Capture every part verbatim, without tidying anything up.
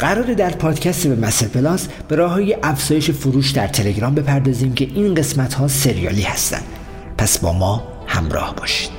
قراره در پادکست وبمستر پلاس به راههای افزایش فروش در تلگرام بپردازیم که این قسمت‌ها سریالی هستن. پس با ما همراه باشید.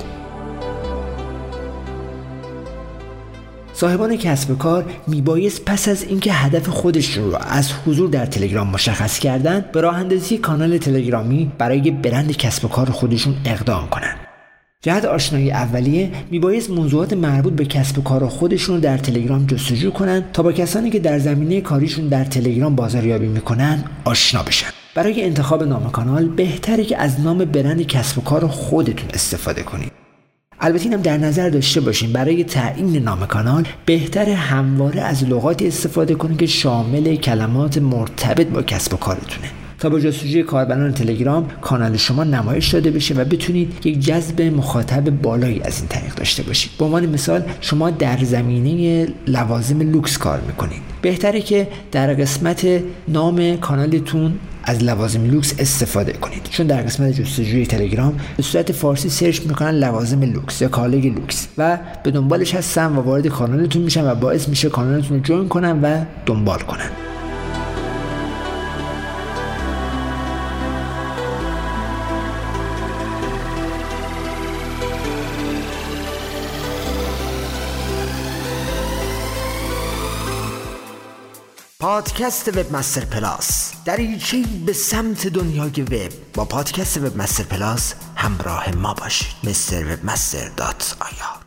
صاحبان کسب و کار میبایست پس از اینکه هدف خودشون رو از حضور در تلگرام مشخص کردن، به راه اندازی کانال تلگرامی برای برند کسب و کار خودشون اقدام کنن. جهت آشنایی اولیه میبایست موضوعات مربوط به کسب و کار خودشون رو در تلگرام جستجو کنن تا با کسانی که در زمینه کاریشون در تلگرام بازاریابی میکنن آشنا بشن. برای انتخاب نام کانال بهتره که از نام برند کسب و کار خودتون استفاده کنید. البته اینم در نظر داشته باشین برای تعیین نام کانال بهتره همواره از لغاتی استفاده کنید که شامل کلمات مرتبط با کسب و کارتونه تا با جستجوی کاربران تلگرام کانال شما نمایش داده بشه و بتونید یک جذب مخاطب بالایی از این طریق داشته باشید. به عنوان مثال شما در زمینه لوازم لوکس کار میکنید، بهتره که در قسمت نام کانالتون از لوازم لوکس استفاده کنید، چون در قسمت جستجوی تلگرام به صورت فارسی سرچ میکنن لوازم لوکس یا کالای لوکس و به دنبالش هستن و وارد کانالتون میشن و باعث میشه کانالتون رو جوین کنن و دنبال کنن. پادکست وبمستر پلاس، دریچه‌ای به سمت دنیای وب. با پادکست وبمستر پلاس همراه ما باشید. مستر وبمستر دات آی آر